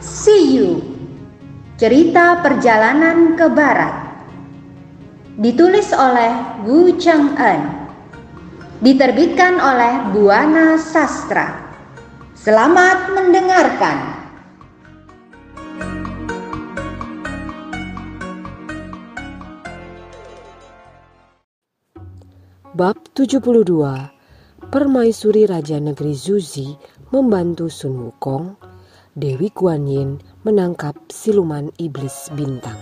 See You, cerita perjalanan ke barat. Ditulis oleh Wu Cheng-en. Diterbitkan oleh Buana Sastra. Selamat mendengarkan. Bab 72. Permaisuri Raja Negeri Zuzi membantu Sun Wukong. Dewi Guan Yin menangkap siluman iblis bintang.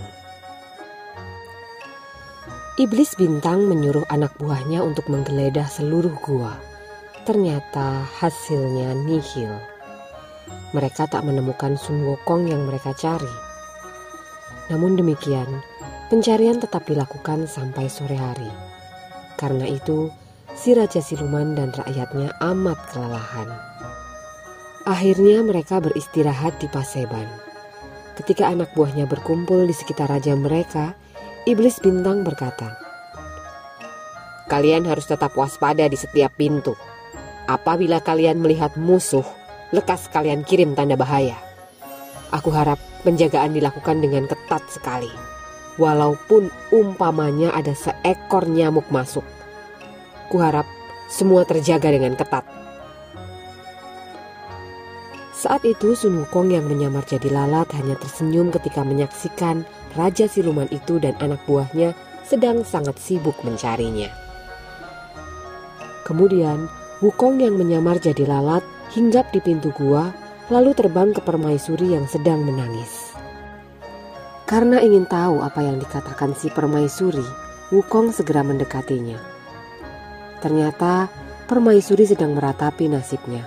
Iblis bintang menyuruh anak buahnya untuk menggeledah seluruh gua. Ternyata hasilnya nihil. Mereka tak menemukan Sun Wukong yang mereka cari. Namun demikian, pencarian tetap dilakukan sampai sore hari. Karena itu, si Raja Siluman dan rakyatnya amat kelelahan. Akhirnya mereka beristirahat di Paseban. Ketika anak buahnya berkumpul di sekitar raja mereka, Iblis Bintang berkata, "Kalian harus tetap waspada di setiap pintu. Apabila kalian melihat musuh, lekas kalian kirim tanda bahaya. Aku harap penjagaan dilakukan dengan ketat sekali. Walaupun umpamanya ada seekor nyamuk masuk, kuharap semua terjaga dengan ketat." Saat itu Sun Wukong yang menyamar jadi lalat hanya tersenyum ketika menyaksikan Raja Siluman itu dan anak buahnya sedang sangat sibuk mencarinya. Kemudian Wukong yang menyamar jadi lalat hinggap di pintu gua lalu terbang ke permaisuri yang sedang menangis. Karena ingin tahu apa yang dikatakan si permaisuri, Wukong segera mendekatinya. Ternyata permaisuri sedang meratapi nasibnya.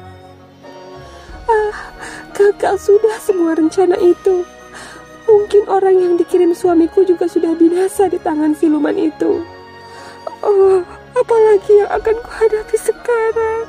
Gagal sudah semua rencana itu. Mungkin orang yang dikirim suamiku juga sudah binasa di tangan siluman itu. Oh, apalagi yang akan kuhadapi sekarang?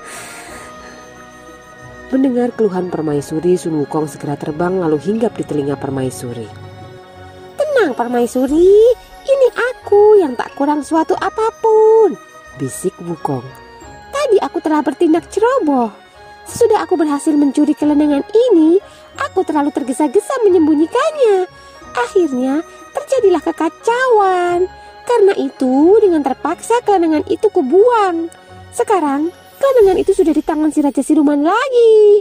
Mendengar keluhan permaisuri, Sun Wukong segera terbang lalu hinggap di telinga permaisuri. "Tenang permaisuri, ini aku yang tak kurang suatu apapun," bisik Wukong. "Tadi aku telah bertindak ceroboh. Sesudah aku berhasil mencuri kelenengan ini, aku terlalu tergesa-gesa menyembunyikannya. Akhirnya terjadilah kekacauan. Karena itu dengan terpaksa kelenengan itu kubuang. Sekarang kelenengan itu sudah di tangan si Raja Siluman lagi."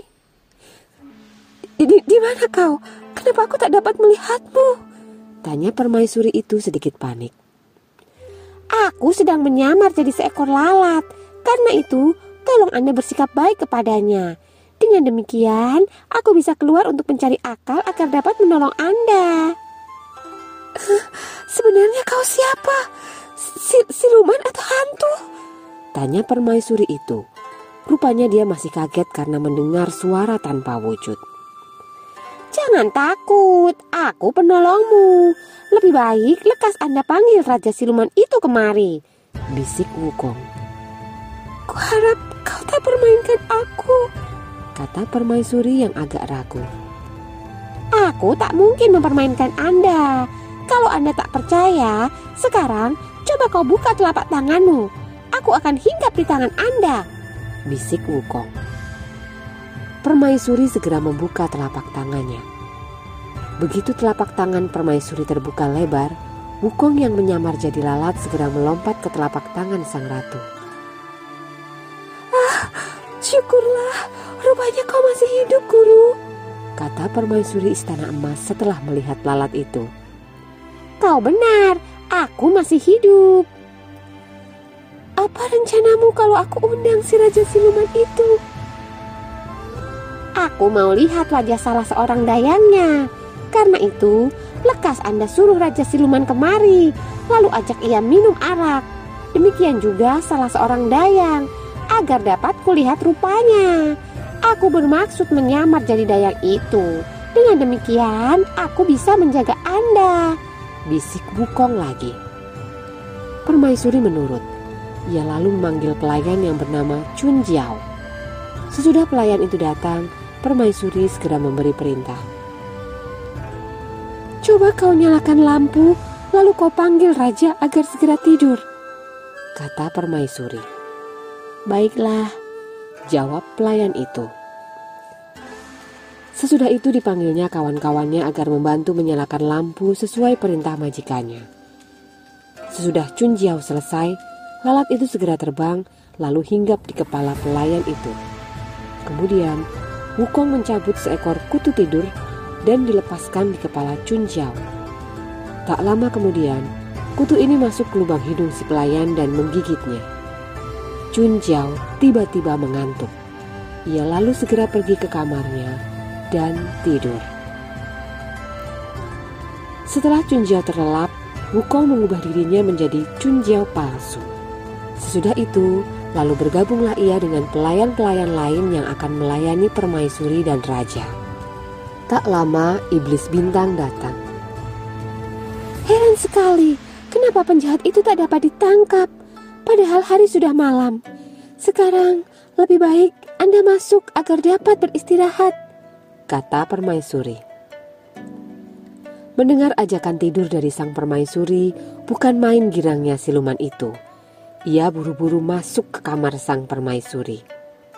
Di mana kau? Kenapa aku tak dapat melihatmu?" tanya permaisuri itu sedikit panik. "Aku sedang menyamar jadi seekor lalat. Karena itu tolong Anda bersikap baik kepadanya. Dengan demikian, aku bisa keluar untuk mencari akal agar dapat menolong Anda." "Sebenarnya kau siapa? Siluman atau hantu?" tanya permaisuri itu. Rupanya dia masih kaget karena mendengar suara tanpa wujud. "Jangan takut, aku penolongmu. Lebih baik lekas Anda panggil Raja Siluman itu kemari," bisik Wukong. "Kuharap kau tak permainkan aku," kata permaisuri yang agak ragu. "Aku tak mungkin mempermainkan Anda. Kalau Anda tak percaya, sekarang coba kau buka telapak tanganmu. Aku akan hinggap di tangan Anda," bisik Wukong. Permaisuri segera membuka telapak tangannya. Begitu telapak tangan permaisuri terbuka lebar, Wukong yang menyamar jadi lalat segera melompat ke telapak tangan sang ratu. "Syukurlah, rupanya kau masih hidup, Guru," kata permaisuri Istana Emas setelah melihat lalat itu. "Kau benar, aku masih hidup." "Apa rencanamu kalau aku undang si Raja Siluman itu?" "Aku mau lihat wajah salah seorang dayangnya. Karena itu, lekas Anda suruh Raja Siluman kemari, lalu ajak ia minum arak. Demikian juga salah seorang dayang, agar dapat kulihat rupanya. Aku bermaksud menyamar jadi dayang itu. Dengan demikian, aku bisa menjaga Anda," bisik Wukong lagi. Permaisuri menurut. Ia lalu memanggil pelayan yang bernama Chun Jiao. Sesudah pelayan itu datang, permaisuri segera memberi perintah. "Coba kau nyalakan lampu, lalu kau panggil raja agar segera tidur," kata permaisuri. "Baiklah," jawab pelayan itu. Sesudah itu dipanggilnya kawan-kawannya agar membantu menyalakan lampu sesuai perintah majikannya. Sesudah Chun Jiao selesai, lalat itu segera terbang lalu hinggap di kepala pelayan itu. Kemudian Wukong mencabut seekor kutu tidur dan dilepaskan di kepala Chun Jiao. Tak lama kemudian, kutu ini masuk ke lubang hidung si pelayan dan menggigitnya. Chun Jiao tiba-tiba mengantuk. Ia lalu segera pergi ke kamarnya dan tidur. Setelah Chun Jiao terlelap, Wukong mengubah dirinya menjadi Chun Jiao palsu. Sesudah itu, lalu bergabunglah ia dengan pelayan-pelayan lain yang akan melayani permaisuri dan raja. Tak lama, iblis bintang datang. Heran sekali, kenapa penjahat itu tak dapat ditangkap? Padahal hari sudah malam. Sekarang, lebih baik Anda masuk agar dapat beristirahat, kata permaisuri. Mendengar ajakan tidur dari sang permaisuri, bukan main girangnya siluman itu. Ia buru-buru masuk ke kamar sang permaisuri.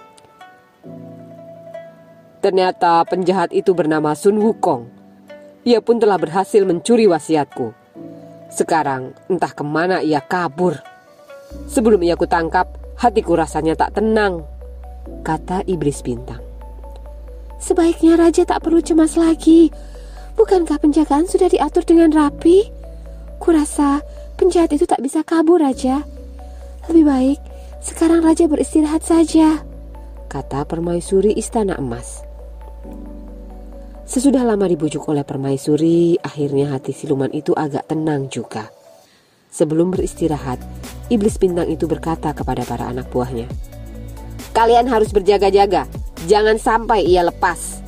Ternyata penjahat itu bernama Sun Wukong. Ia pun telah berhasil mencuri wasiatku. Sekarang entah kemana ia kabur. Sebelum ia kutangkap, hatiku rasanya tak tenang, kata iblis bintang. Sebaiknya raja tak perlu cemas lagi. Bukankah penjagaan sudah diatur dengan rapi? Kurasa penjahat itu tak bisa kabur, raja. Lebih baik sekarang raja beristirahat saja, kata permaisuri istana emas. Sesudah lama dibujuk oleh permaisuri, akhirnya hati siluman itu agak tenang juga. Sebelum beristirahat, iblis bintang itu berkata kepada para anak buahnya, "Kalian harus berjaga-jaga. Jangan sampai ia lepas."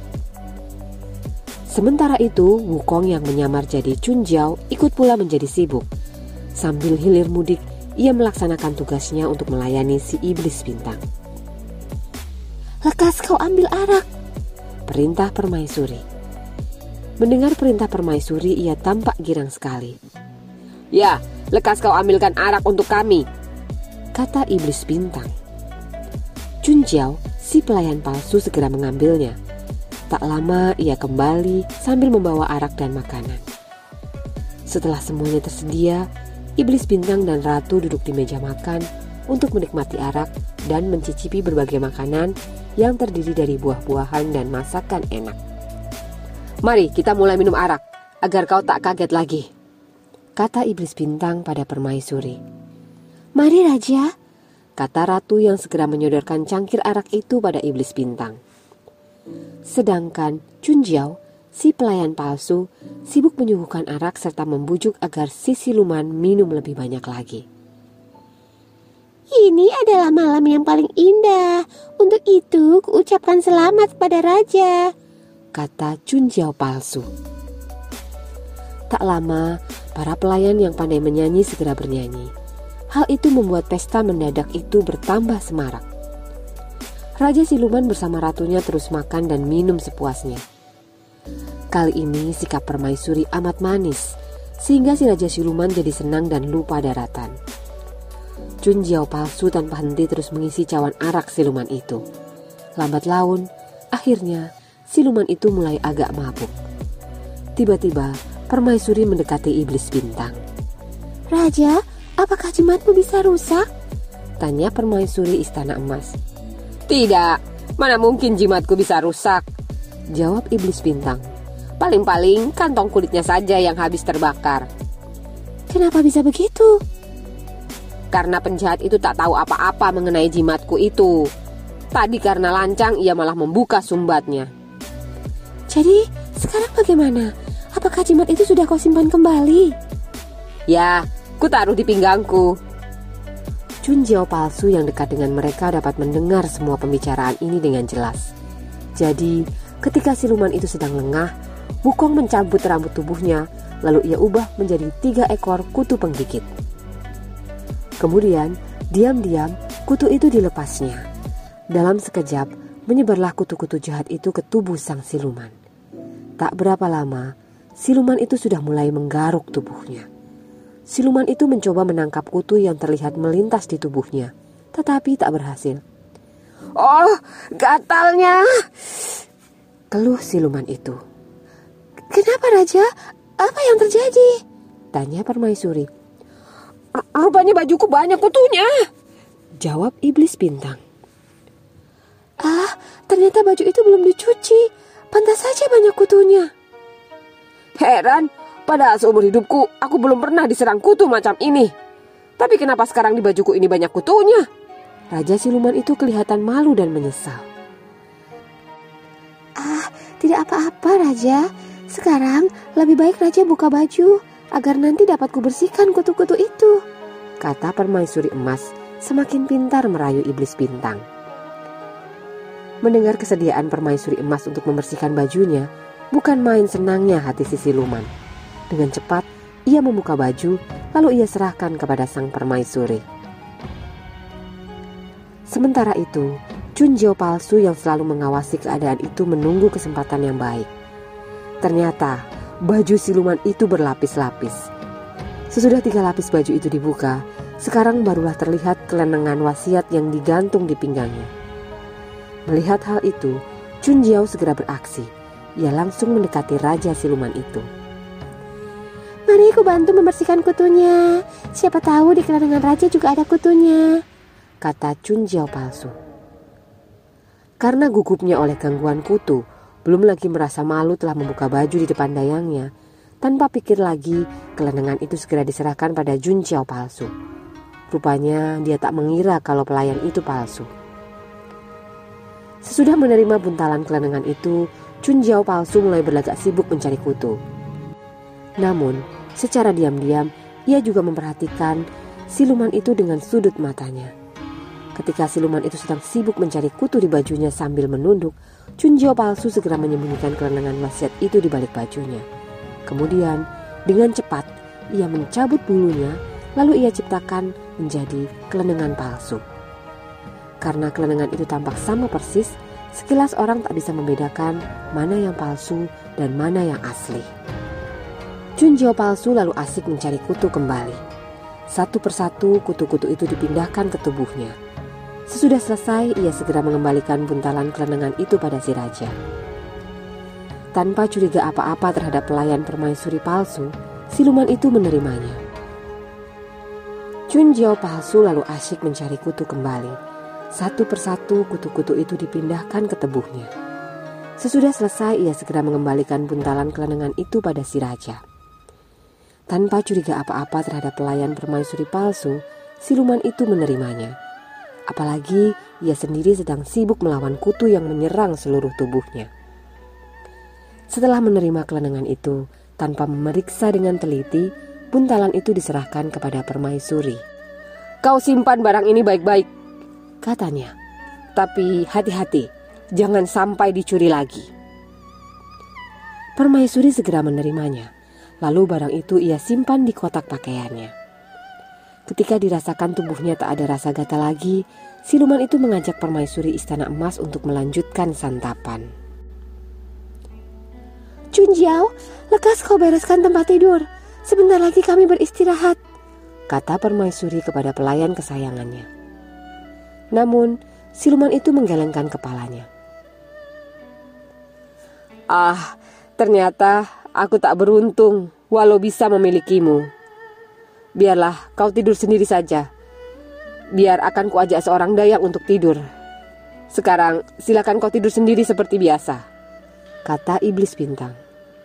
Sementara itu, Wukong yang menyamar jadi Chun Jiao ikut pula menjadi sibuk. Sambil hilir mudik, ia melaksanakan tugasnya untuk melayani si iblis bintang. "Lekas kau ambil arak," perintah permaisuri. Mendengar perintah permaisuri, ia tampak girang sekali. "Ya, lekas kau ambilkan arak untuk kami," kata iblis bintang. Chun Jiao, si pelayan palsu, segera mengambilnya. Tak lama ia kembali sambil membawa arak dan makanan. Setelah semuanya tersedia, iblis bintang dan ratu duduk di meja makan untuk menikmati arak dan mencicipi berbagai makanan yang terdiri dari buah-buahan dan masakan enak. "Mari kita mulai minum arak agar kau tak kaget lagi," kata iblis bintang pada permaisuri. "Mari raja," kata ratu yang segera menyodorkan cangkir arak itu pada iblis bintang. Sedangkan Chun Jiao, si pelayan palsu, sibuk menyuguhkan arak serta membujuk agar si siluman minum lebih banyak lagi. "Ini adalah malam yang paling indah. Untuk itu kuucapkan selamat pada raja," kata Chun Jiao palsu. Tak lama, para pelayan yang pandai menyanyi segera bernyanyi. Hal itu membuat pesta mendadak itu bertambah semarak. Raja siluman bersama ratunya terus makan dan minum sepuasnya. Kali ini sikap permaisuri amat manis, sehingga si raja siluman jadi senang dan lupa daratan. Chun Jiao palsu tanpa henti terus mengisi cawan arak siluman itu. Lambat laun, akhirnya siluman itu mulai agak mabuk. Tiba-tiba, permaisuri mendekati iblis bintang. "Raja, apakah jimatmu bisa rusak?" tanya permaisuri istana emas. "Tidak, mana mungkin jimatku bisa rusak," jawab iblis bintang. "Paling-paling kantong kulitnya saja yang habis terbakar." "Kenapa bisa begitu?" "Karena penjahat itu tak tahu apa-apa mengenai jimatku itu. Tadi karena lancang ia malah membuka sumbatnya." "Jadi sekarang bagaimana? Apakah jimat itu sudah kau simpan kembali?" "Ya, ku taruh di pinggangku." Chun Jiao palsu yang dekat dengan mereka dapat mendengar semua pembicaraan ini dengan jelas. Jadi, ketika siluman itu sedang lengah, Wukong mencabut rambut tubuhnya, lalu ia ubah menjadi 3 ekor kutu penggigit. Kemudian, diam-diam kutu itu dilepasnya. Dalam sekejap, menyebarlah kutu-kutu jahat itu ke tubuh sang siluman. Tak berapa lama, siluman itu sudah mulai menggaruk tubuhnya. Siluman itu mencoba menangkap kutu yang terlihat melintas di tubuhnya, tetapi tak berhasil. "Oh, gatalnya!" keluh siluman itu. Kenapa Raja? Apa yang terjadi? Tanya Permaisuri. Rupanya bajuku banyak kutunya, jawab Iblis Bintang. Ternyata baju itu belum dicuci. Pantas saja banyak kutunya. Heran, padahal seumur hidupku aku belum pernah diserang kutu macam ini. Tapi kenapa sekarang di bajuku ini banyak kutunya? Raja siluman itu kelihatan malu dan menyesal. Tidak apa-apa Raja. Sekarang lebih baik Raja buka baju agar nanti dapat kubersihkan kutu-kutu itu, kata Permaisuri Emas semakin pintar merayu Iblis Bintang. Mendengar kesediaan Permaisuri Emas untuk membersihkan bajunya, bukan main senangnya hati si siluman. Dengan cepat ia membuka baju, lalu ia serahkan kepada sang permaisuri. Sementara itu, Chunjiao palsu yang selalu mengawasi keadaan itu menunggu kesempatan yang baik. Ternyata baju siluman itu berlapis-lapis. Sesudah 3 lapis baju itu dibuka, sekarang barulah terlihat kelenengan wasiat yang digantung di pinggangnya. Melihat hal itu, Chunjiao segera beraksi. Ia langsung mendekati Raja Siluman itu. Mari aku bantu membersihkan kutunya. Siapa tahu di kelenengan Raja juga ada kutunya, kata Chunjiao palsu. Karena gugupnya oleh gangguan kutu, belum lagi merasa malu telah membuka baju di depan dayangnya. Tanpa pikir lagi, kelenengan itu segera diserahkan pada Chunjiao palsu. Rupanya dia tak mengira kalau pelayan itu palsu. Sesudah menerima buntalan kelenengan itu, Chunjiao palsu mulai berlagak sibuk mencari kutu. Namun, secara diam-diam, ia juga memperhatikan siluman itu dengan sudut matanya. Ketika siluman itu sedang sibuk mencari kutu di bajunya sambil menunduk, Chunjiao palsu segera menyembunyikan kelenengan wasiat itu di balik bajunya. Kemudian, dengan cepat, ia mencabut bulunya, lalu ia ciptakan menjadi kelenengan palsu. Karena kelenengan itu tampak sama persis, sekilas orang tak bisa membedakan mana yang palsu dan mana yang asli. Chunjiao palsu lalu asik mencari kutu kembali. Satu persatu kutu-kutu itu dipindahkan ke tubuhnya. Sesudah selesai, ia segera mengembalikan buntalan kelenengan itu pada si raja. Tanpa curiga apa-apa terhadap pelayan permaisuri palsu, siluman itu menerimanya. Chunjiao palsu lalu asyik mencari kutu kembali. Satu persatu kutu-kutu itu dipindahkan ke tubuhnya. Sesudah selesai, ia segera mengembalikan buntalan kelenengan itu pada si raja. Tanpa curiga apa-apa terhadap pelayan permaisuri palsu, siluman itu menerimanya. Apalagi ia sendiri sedang sibuk melawan kutu yang menyerang seluruh tubuhnya. Setelah menerima kelenengan itu, tanpa memeriksa dengan teliti, buntalan itu diserahkan kepada permaisuri. "Kau simpan barang ini baik-baik," katanya. "Tapi hati-hati, jangan sampai dicuri lagi." Permaisuri segera menerimanya. Lalu barang itu ia simpan di kotak pakaiannya. Ketika dirasakan tubuhnya tak ada rasa gatal lagi, siluman itu mengajak permaisuri Istana Emas untuk melanjutkan santapan. Chunjiao, lekas kau bereskan tempat tidur. Sebentar lagi kami beristirahat, kata permaisuri kepada pelayan kesayangannya. Namun, siluman itu menggelengkan kepalanya. Ternyata aku tak beruntung walau bisa memilikimu. Biarlah kau tidur sendiri saja. Biar akan kuajak seorang dayang untuk tidur. Sekarang silakan kau tidur sendiri seperti biasa, kata Iblis Bintang.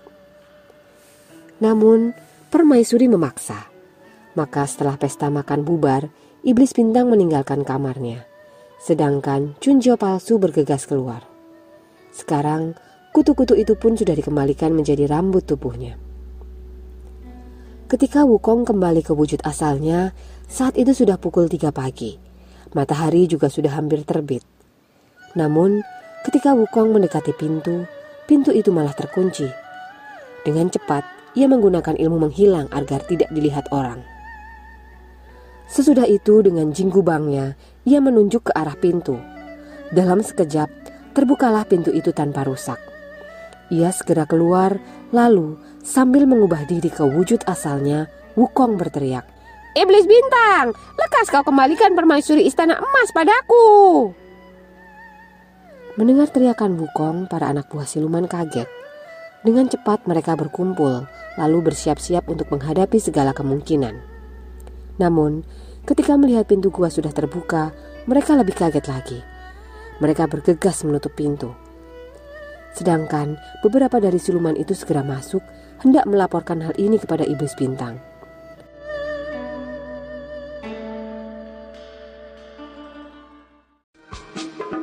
Namun permaisuri memaksa. Maka setelah pesta makan bubar, Iblis Bintang meninggalkan kamarnya. Sedangkan Chunjiao palsu bergegas keluar. Sekarang kutu-kutu itu pun sudah dikembalikan menjadi rambut tubuhnya. Ketika Wukong kembali ke wujud asalnya, saat itu sudah pukul 3 pagi. Matahari juga sudah hampir terbit. Namun, ketika Wukong mendekati pintu, pintu itu malah terkunci. Dengan cepat, ia menggunakan ilmu menghilang agar tidak dilihat orang. Sesudah itu, dengan jinggubangnya, ia menunjuk ke arah pintu. Dalam sekejap, terbukalah pintu itu tanpa rusak. Ia segera keluar, lalu sambil mengubah diri ke wujud asalnya, Wukong berteriak, "Iblis Bintang, lekas kau kembalikan permaisuri Istana Emas padaku!" Mendengar teriakan Wukong, para anak buah siluman kaget. Dengan cepat mereka berkumpul, lalu bersiap-siap untuk menghadapi segala kemungkinan. Namun, ketika melihat pintu gua sudah terbuka, mereka lebih kaget lagi. Mereka bergegas menutup pintu. Sedangkan beberapa dari siluman itu segera masuk, hendak melaporkan hal ini kepada Iblis Bintang.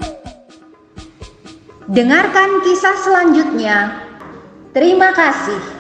Dengarkan kisah selanjutnya. Terima kasih.